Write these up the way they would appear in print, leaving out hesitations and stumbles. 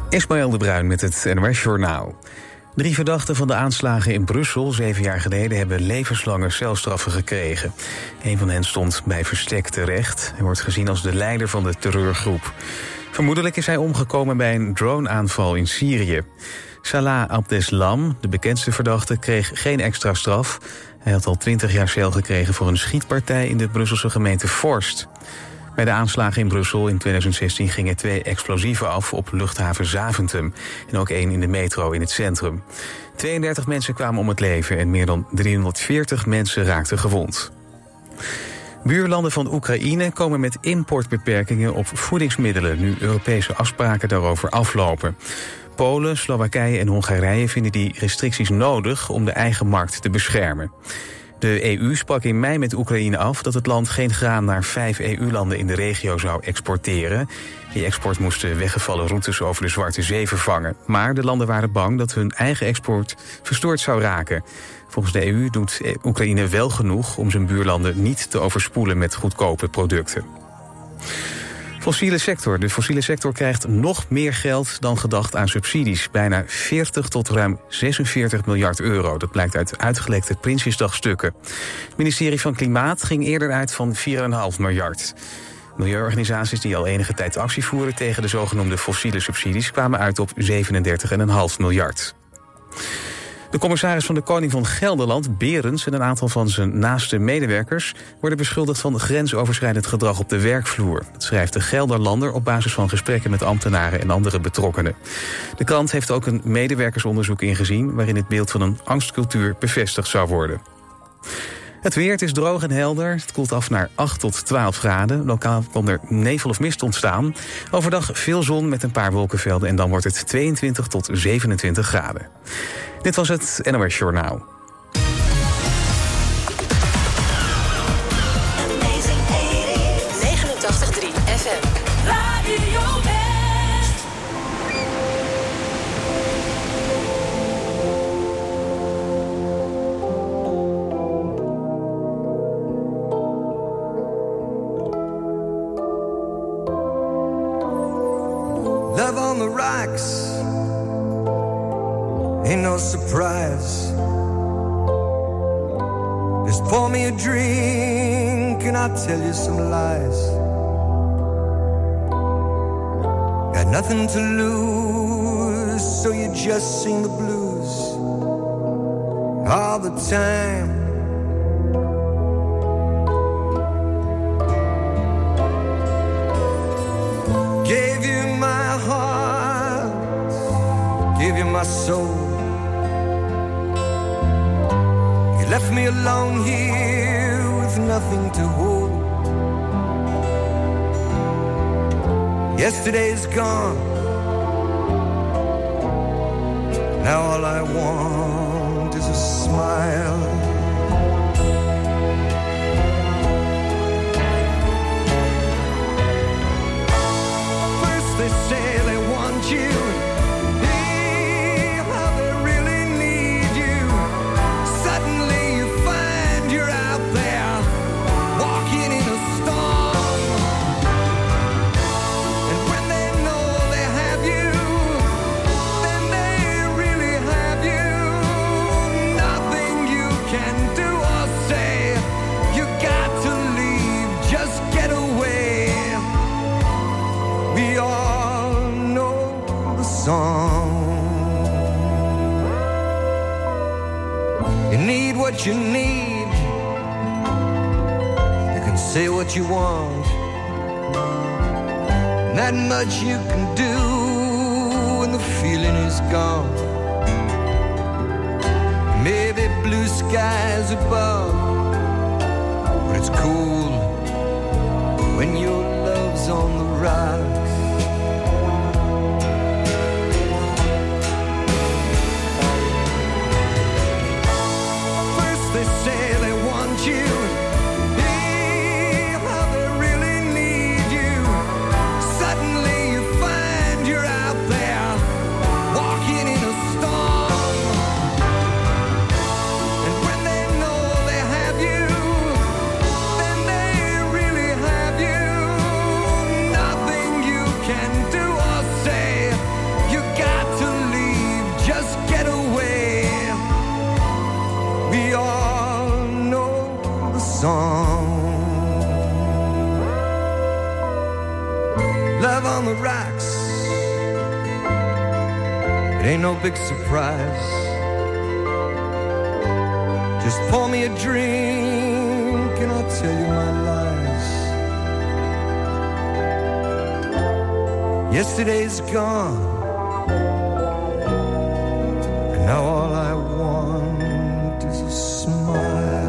Ismaël de Bruin met het NOS Journaal. 3 verdachten van de aanslagen in Brussel 7 jaar geleden hebben levenslange celstraffen gekregen. Een van hen stond bij verstek terecht. Hij wordt gezien als de leider van de terreurgroep. Vermoedelijk is hij omgekomen bij een droneaanval in Syrië. Salah Abdeslam, de bekendste verdachte, kreeg geen extra straf. Hij had al 20 jaar cel gekregen voor een schietpartij in de Brusselse gemeente Forst. Bij de aanslagen in Brussel in 2016 gingen 2 explosieven af op luchthaven Zaventem en ook 1 in de metro in het centrum. 32 mensen kwamen om het leven en meer dan 340 mensen raakten gewond. Buurlanden van Oekraïne komen met importbeperkingen op voedingsmiddelen nu Europese afspraken daarover aflopen. Polen, Slowakije en Hongarije vinden die restricties nodig om de eigen markt te beschermen. De EU sprak in mei met Oekraïne af dat het land geen graan naar 5 EU-landen in de regio zou exporteren. Die export moest de weggevallen routes over de Zwarte Zee vervangen. Maar de landen waren bang dat hun eigen export verstoord zou raken. Volgens de EU doet Oekraïne wel genoeg om zijn buurlanden niet te overspoelen met goedkope producten. Fossiele sector. De fossiele sector krijgt nog meer geld dan gedacht aan subsidies. Bijna 40 tot ruim 46 miljard euro. Dat blijkt uit uitgelekte Prinsjesdagstukken. Het ministerie van Klimaat ging eerder uit van 4,5 miljard. Milieuorganisaties die al enige tijd actie voeren tegen de zogenoemde fossiele subsidies kwamen uit op 37,5 miljard. De commissaris van de Koning van Gelderland, Berends, en een aantal van zijn naaste medewerkers worden beschuldigd van grensoverschrijdend gedrag op de werkvloer. Dat schrijft de Gelderlander op basis van gesprekken met ambtenaren en andere betrokkenen. De krant heeft ook een medewerkersonderzoek ingezien waarin het beeld van een angstcultuur bevestigd zou worden. Het weer, het is droog en helder. Het koelt af naar 8 tot 12 graden. Lokaal kan er nevel of mist ontstaan. Overdag veel zon met een paar wolkenvelden en dan wordt het 22 tot 27 graden. Dit was het NOS Journaal. Amazing 89.3 FM. Radio West. Love on the rocks. Ain't no surprise. Just pour me a drink and I'll tell you some lies. Got nothing to lose, so you just sing the blues all the time. Gave you my heart, gave you my soul. Left me alone here with nothing to hold. Yesterday's gone. Now all I want is a smile. First they say they want you. What you need, you can say what you want, not much you can do when the feeling is gone. Maybe blue skies above, but it's cool when your love's on the rocks. They say they want you. Hey, how they really need you. Suddenly you find you're out there, walking in a storm. And when they know they have you, then they really have you. Nothing you relax. It ain't no big surprise. Just pour me a drink and I'll tell you my lies. Yesterday's gone, and now all I want is a smile.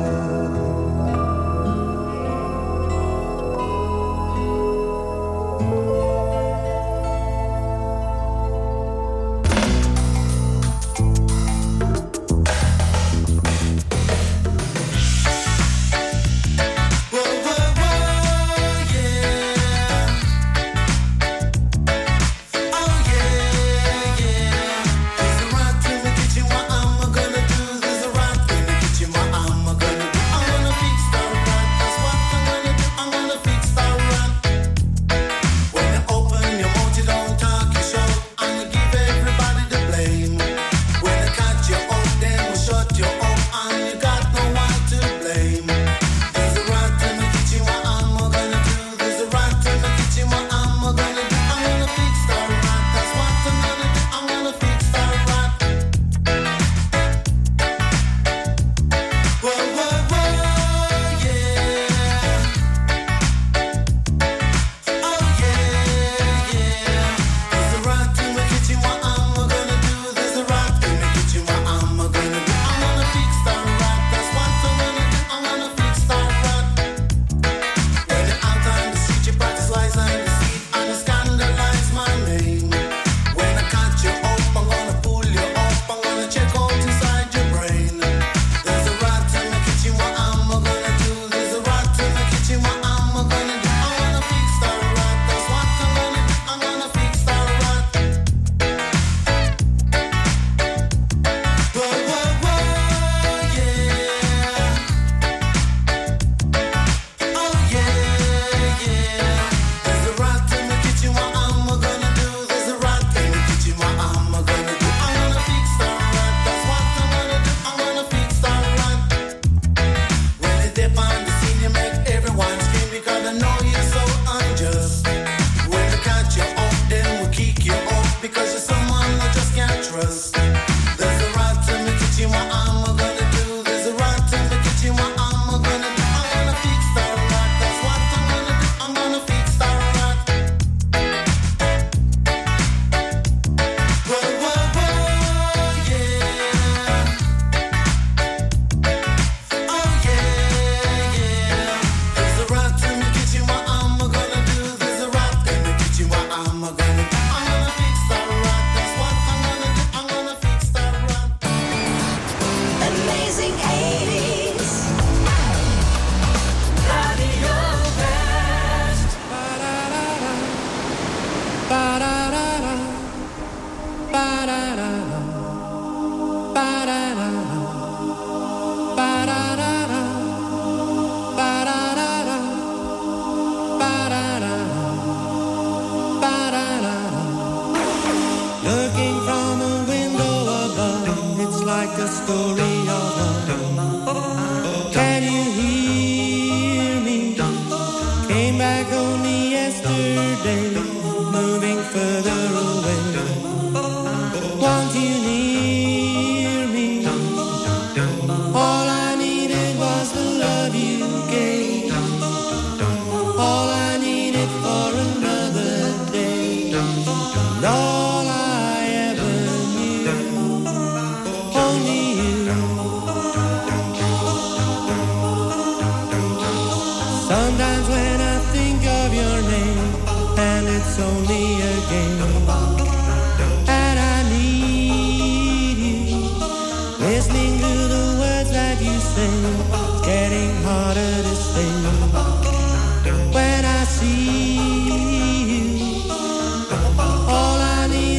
When I see you, all I need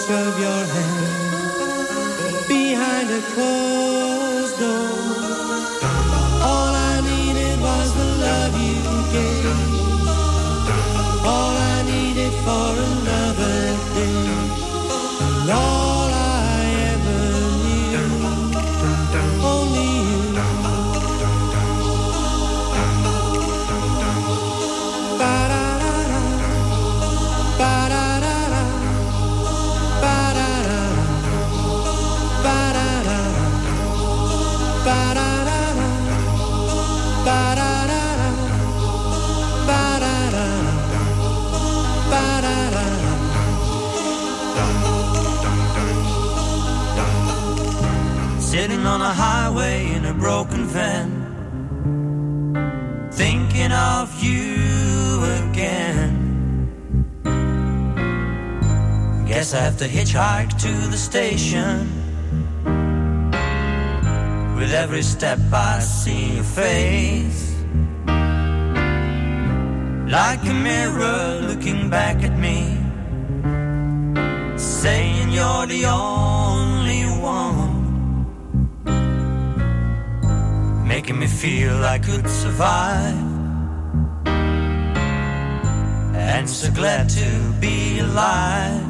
touch of your hand behind a closed door. All I needed was the love you gave. All I needed for another day. And all I ever knew, only you. Ba-da-da-da, ba-da-da-da, ba-da-da-da, ba-da-da-da, ba-da-da-da, ba-da-da-da, ba-da-da-da, ba-da-da-da. Sitting on a highway in a broken van, thinking of you again. Guess I have to hitchhike to the station. With every step I see your face, like a mirror looking back at me, saying you're the only one, making me feel I could survive. And so glad to be alive.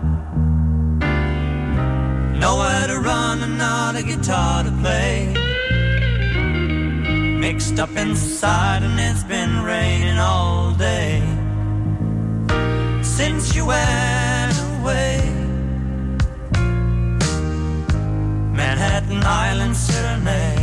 Nowhere to run and not a guitar to play. Mixed up inside and it's been raining all day since you went away. Manhattan Island Serenade.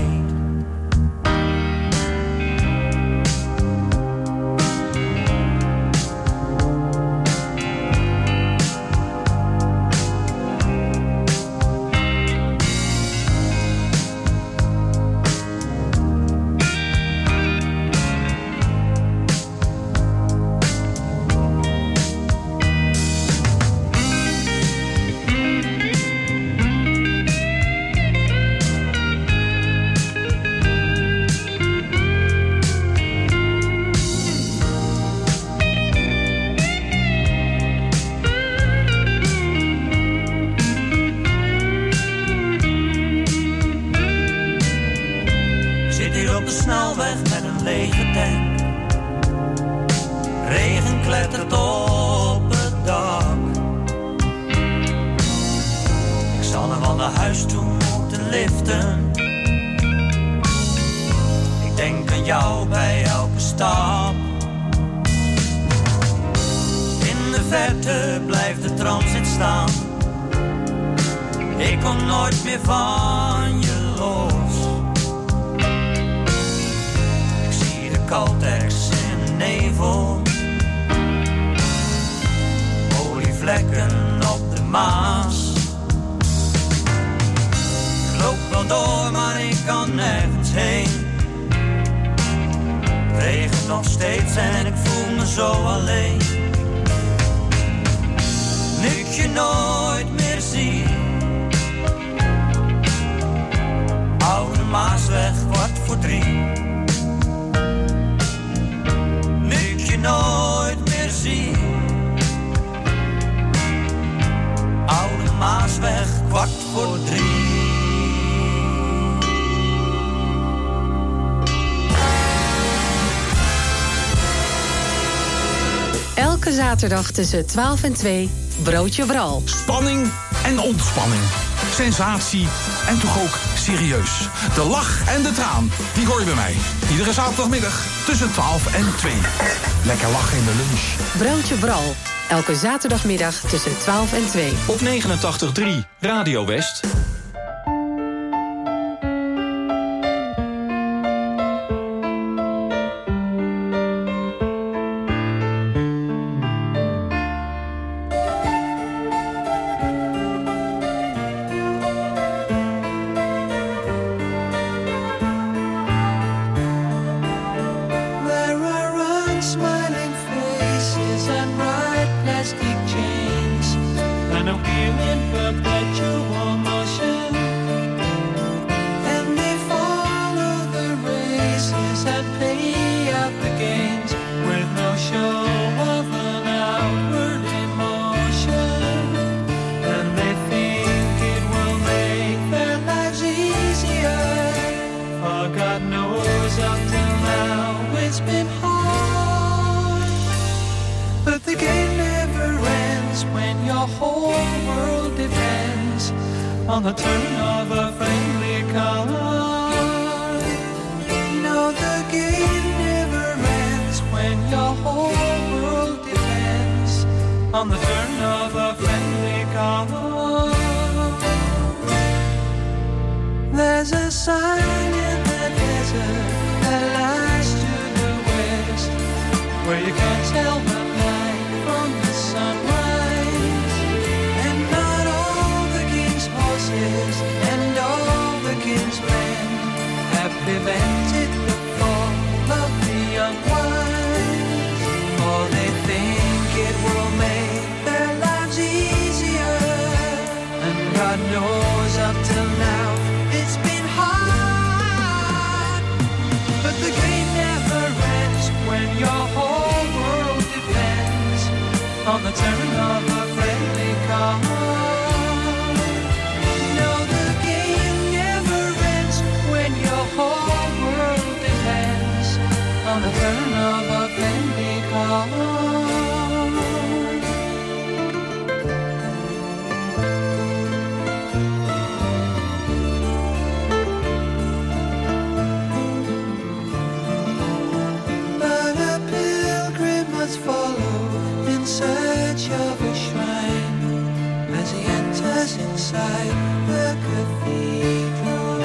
Elke zaterdag tussen 12 en 2, Broodje Bral. Spanning en ontspanning. Sensatie en toch ook serieus. De lach en de traan, die hoor je bij mij. Iedere zaterdagmiddag tussen 12 en 2. Lekker lachen in de lunch. Broodje Bral. Elke zaterdagmiddag tussen 12 en 2. Op 89.3 Radio West. Perpetual motion. it's been hard. But the game never ends when your whole world depends on the turn of a friendly card. No, the game never ends when your whole world depends on the turn of a friendly card. There's a sign in the desert that lies to the west, where you can't tell the night from the sunrise. And not all the king's horses and all the king's men have prevented the fall of the young ones. For they think it will make their lives easier, and God knows up till now it's been hard. But the game never ends when your whole world depends on the turn of a friendly card. No, the game never ends when your whole world depends on the turn of a friendly card. Follow in search of a shrine as he enters inside the cathedral.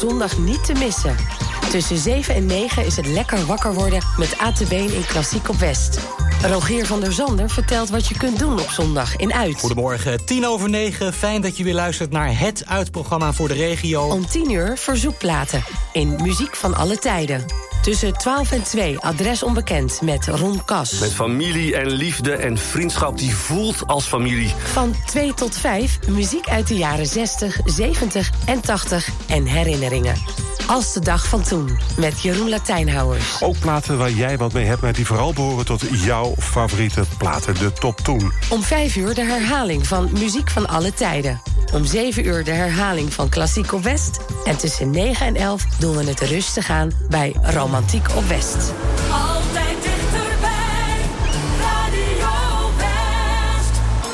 zondag niet te missen. Tussen 7 en 9 is het lekker wakker worden met A te Been in Klassiek op West. Rogier van der Zanden vertelt wat je kunt doen op zondag in Uit. Goedemorgen, 9:10. Fijn dat je weer luistert naar het Uitprogramma voor de regio. Om 10:00 verzoekplaten in Muziek van alle tijden. Tussen 12 en 2 Adres Onbekend met Ron Kas. Met familie en liefde en vriendschap die voelt als familie. Van 2 tot 5 muziek uit de jaren 60, 70 en 80 en herinneringen. Als de dag van toen, met Jeroen Latijnhouwers. Ook platen waar jij wat mee hebt, maar die vooral behoren tot jouw favoriete platen, de top 10. Om 5 uur de herhaling van Muziek van alle tijden. Om 7 uur de herhaling van Klassiek op West. En tussen 9 en 11 doen we het rustig aan bij Romantiek op West. Altijd dichterbij, Radio West.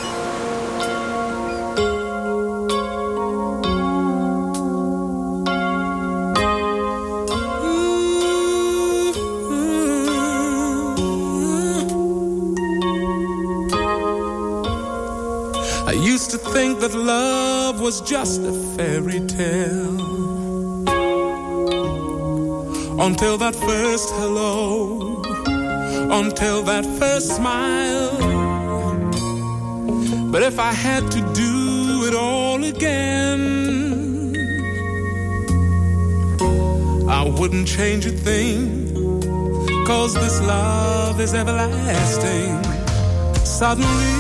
I used to think that love was just a fairy tale, until that first hello, until that first smile. But if I had to do it all again, I wouldn't change a thing, 'cause this love is everlasting. Suddenly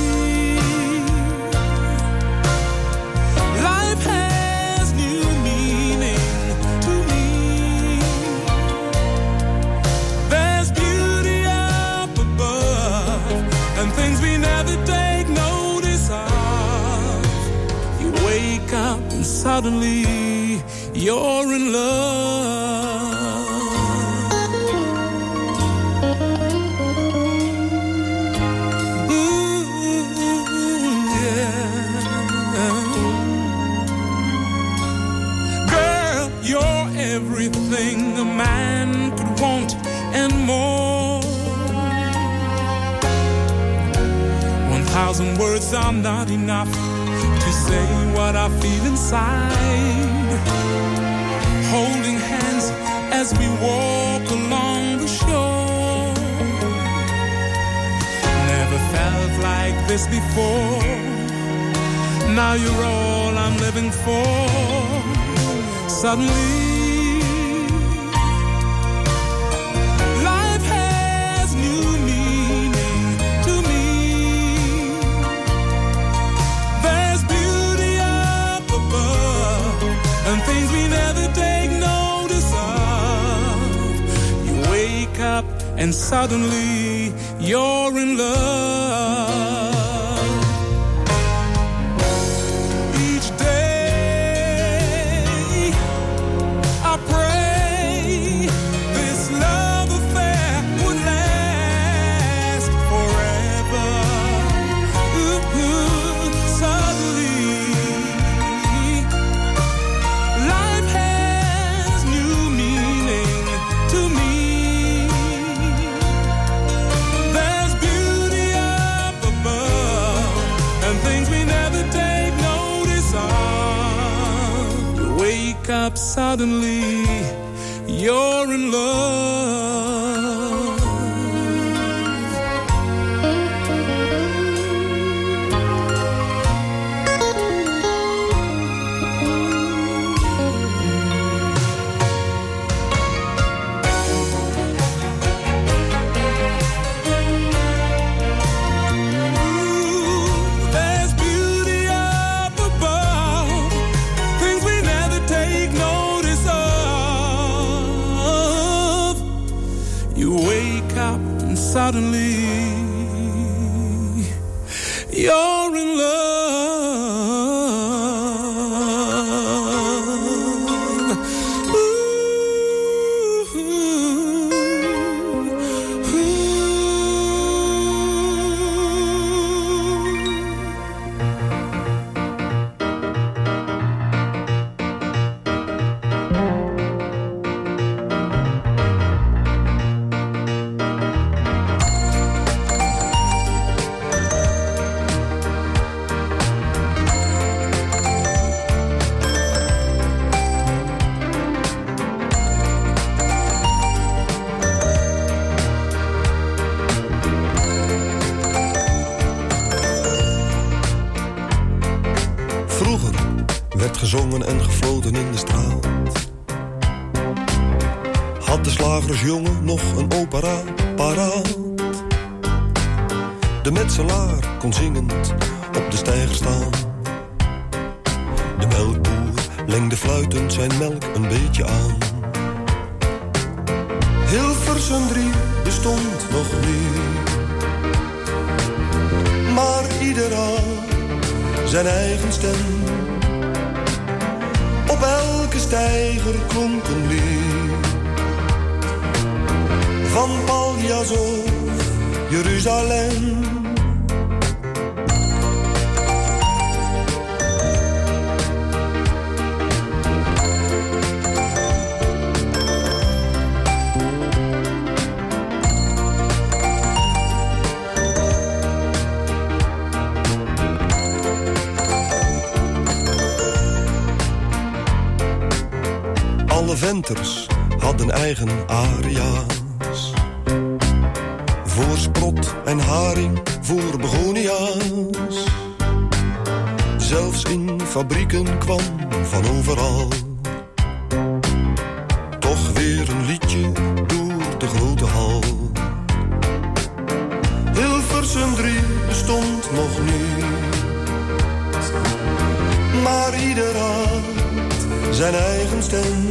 suddenly you're in love. Yeah. Girl, you're everything a man could want and more. 1,000 words are not enough to say what I feel inside. Holding hands as we walk along the shore. Never felt like this before. Now you're all I'm living for. Suddenly and suddenly you're in love. Each day I pray this love affair would last forever. Suddenly life has new meaning to me. Up suddenly you're in love. Suddenly, you're in love. gezongen en gefloten in de straat. Had de slagersjongen nog een opera paraat. De metselaar kon zingend op de steiger staan. De melkboer lengde fluitend zijn melk een beetje aan. Hilversum 3 bestond nog niet, maar ieder had zijn eigen stem. Op elke steiger klonk een lied, van Paljas of Jeruzalem. Alle venters hadden eigen aria's, voor sprot en haring, voor begonia's. Zelfs in fabrieken kwam van overal toch weer een liedje door de grote hal. Hilversum 3 bestond nog niet, maar ieder had zijn eigen stem.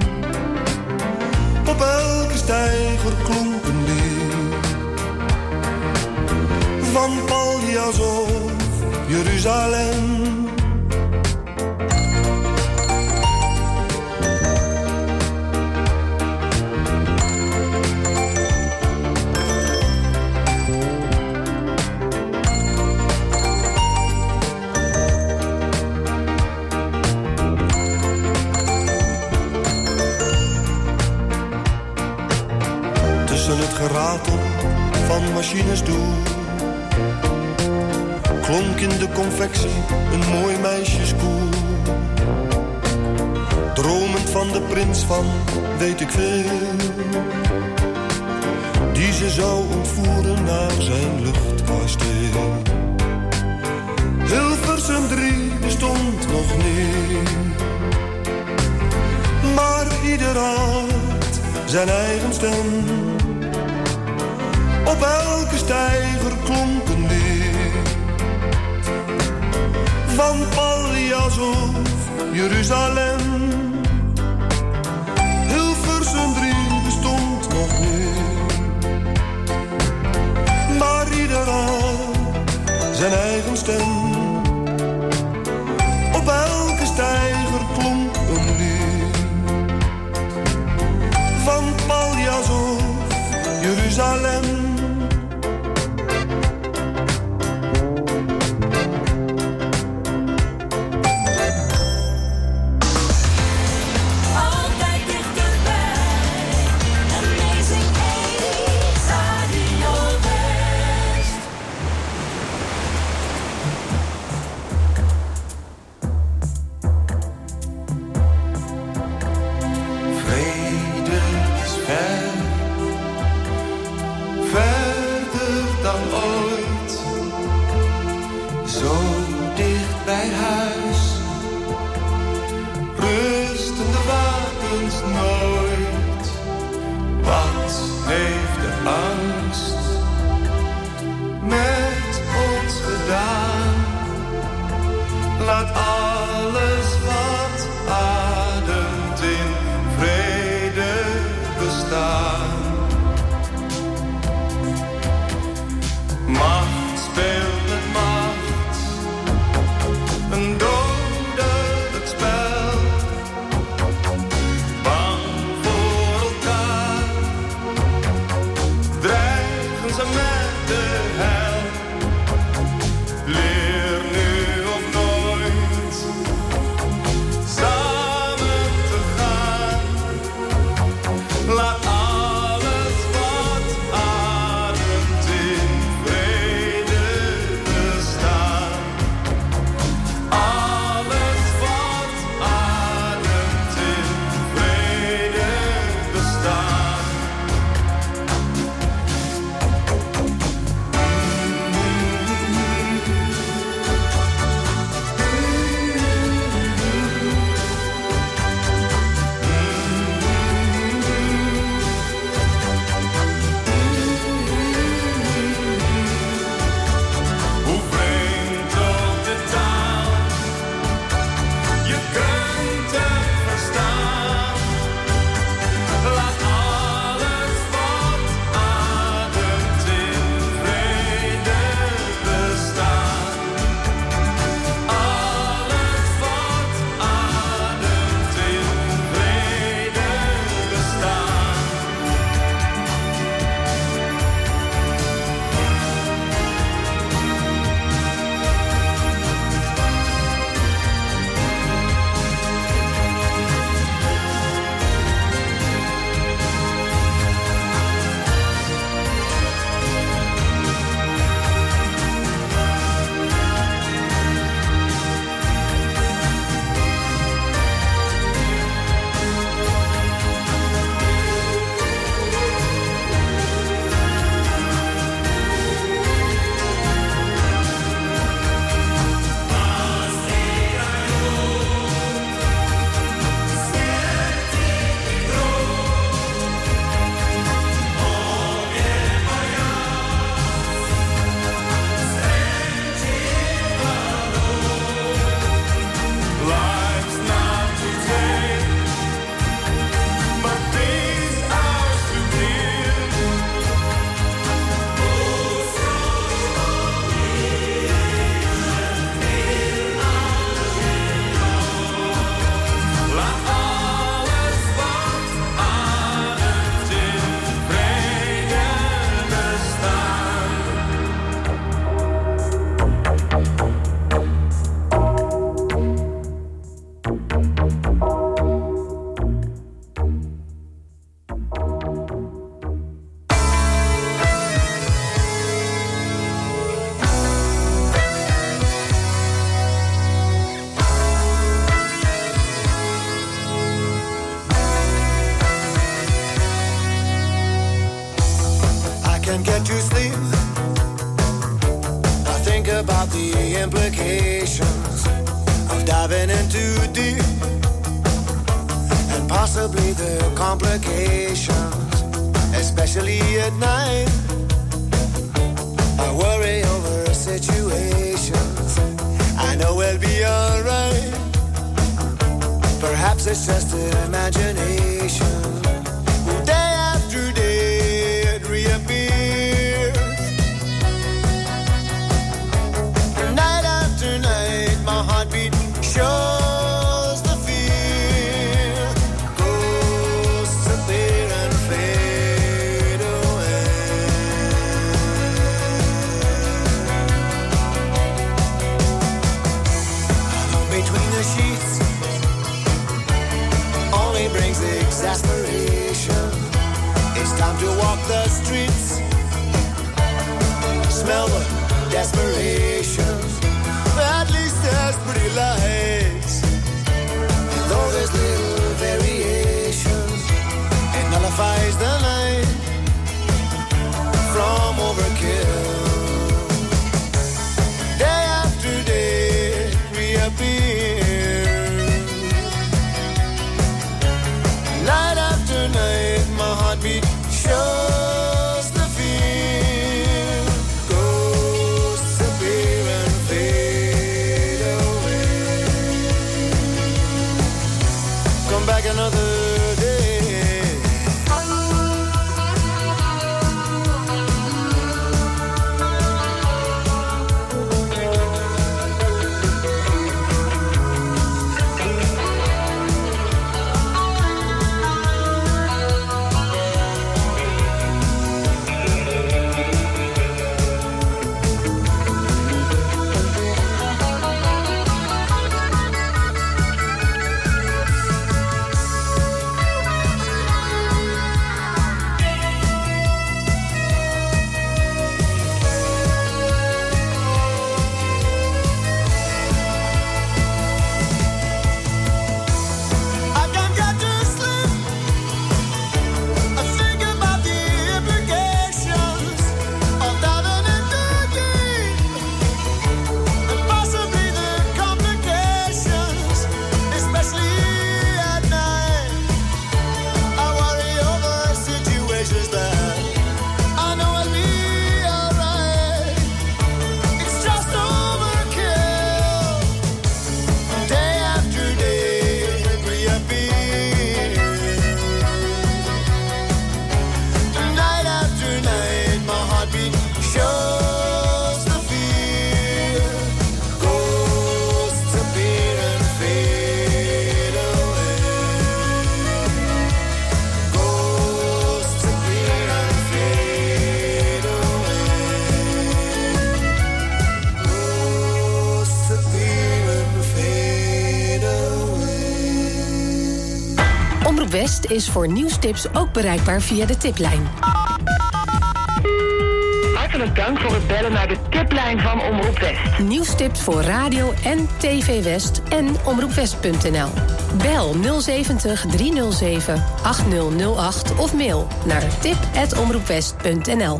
Op elke steiger klonk een lied, van Paljas of Jeruzalem. Geratel van machines door klonk in de confectie een mooi meisjeskoor. Dromend van de prins van weet ik veel, die ze zou ontvoeren naar zijn luchtkasteel. Hilversum 3 bestond nog niet, maar ieder had zijn eigen stem. Op elke steiger klonk een lied, van Paljas of Jeruzalem. Hilversum 3 bestond nog niet, maar ieder had zijn eigen stem. Op elke steiger klonk een lied, van Paljas of Jeruzalem. can't get to sleep. I think about the implications of diving in too deep, and possibly the complications, especially at night. I worry over situations I know we'll be alright. Perhaps it's just imagination. Day after day it reappears. Night after night my heartbeat shows the fear. Ghosts appear and fade away. Between the sheets only brings exasperation. It's time to walk the streets, smell the desperation. At least there's pretty lights, though there's little variation. It nullifies the night from overkill. Day after day reappears. Night after night my heartbeat shows the fear. Ghosts appear and fade away. Come back another day. West is voor nieuwstips ook bereikbaar via de tiplijn. Hartelijk dank voor het bellen naar de tiplijn van Omroep West. Nieuwstips voor radio en TV West en omroepwest.nl. Bel 070 307 8008 of mail naar tip@omroepwest.nl.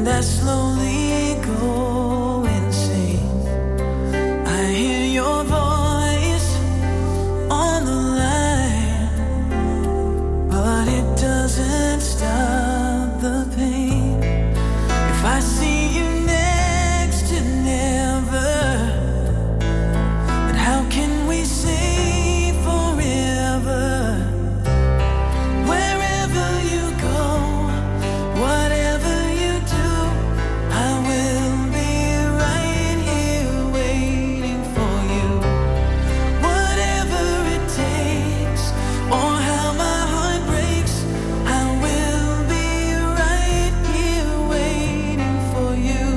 and I slowly go insane. I hear your voice on the line, but it doesn't stop the pain. If I see you next to never, but how can we say forever? Wherever you go, whatever you do, I will be right here waiting for you. Whatever it takes, or how my heart breaks, I will be right here waiting for you.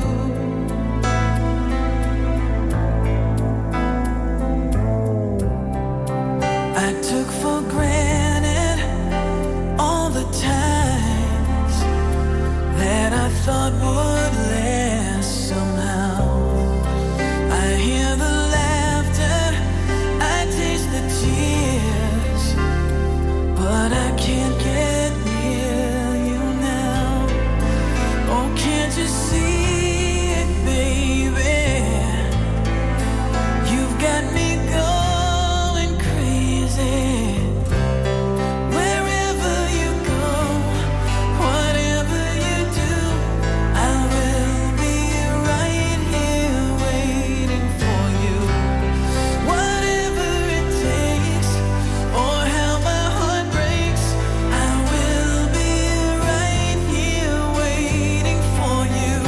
I took for granted all the times that I thought would last somehow. I hear the laughter, I taste the tears, but I can't get near you now. Oh, can't you see it, baby? You've got me going crazy. Wherever you go, whatever you do, I will be right here waiting for you. Whatever it takes, or how my heart breaks, I will be right here waiting for you.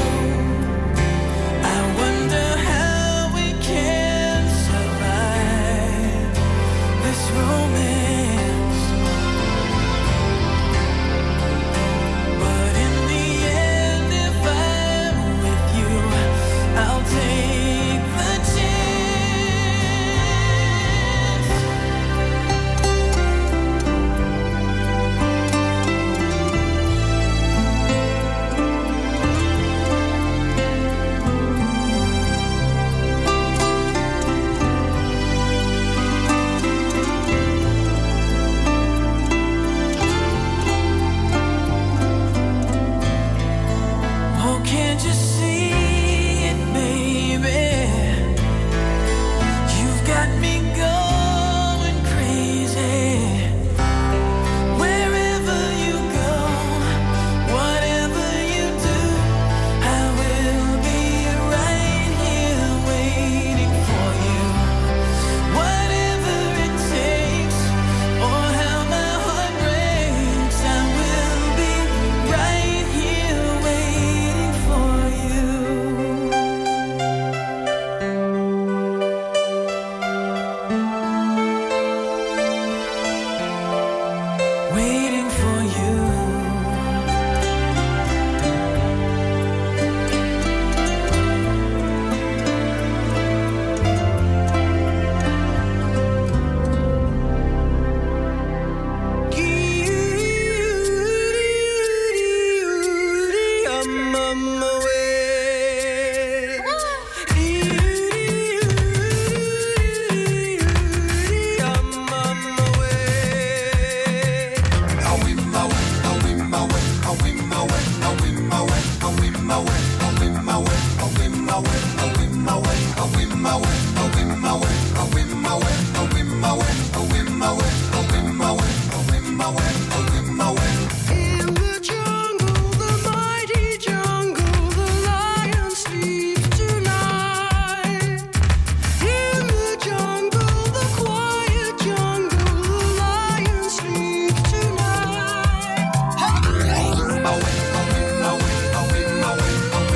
I wonder how we can survive this romance, but in the end, if I'm with you, I'll take the chance. Oh, can't you see it, baby? You've got me going crazy. Wherever you go, whatever you do, I will be right here waiting for you. Whatever it takes, or how my heart breaks, I will be right here waiting for you. Waiting for you. I'm on my way. I'm on my way. I'm in my way. I'm in my way. I'm in my way. I'm in my way. I'm in my way. I'm in my way. I'm in my way. I'm in my way. I'm in my way. I'm in my way. I'm in my way. I'm in my way. I'm in my way. I'm in my way. I'm in my way. I'm in my way. In the jungle, the mighty jungle, the lion sleeps tonight. In the jungle, the quiet jungle, the lion sleeps tonight. I'm in my way. I'm in my way. I'm in my way. I'm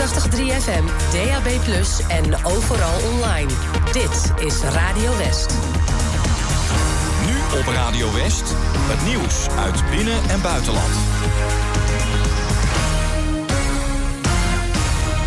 89.3 FM, DAB+ en overal online. Dit is Radio West. Nu op Radio West, het nieuws uit binnen- en buitenland.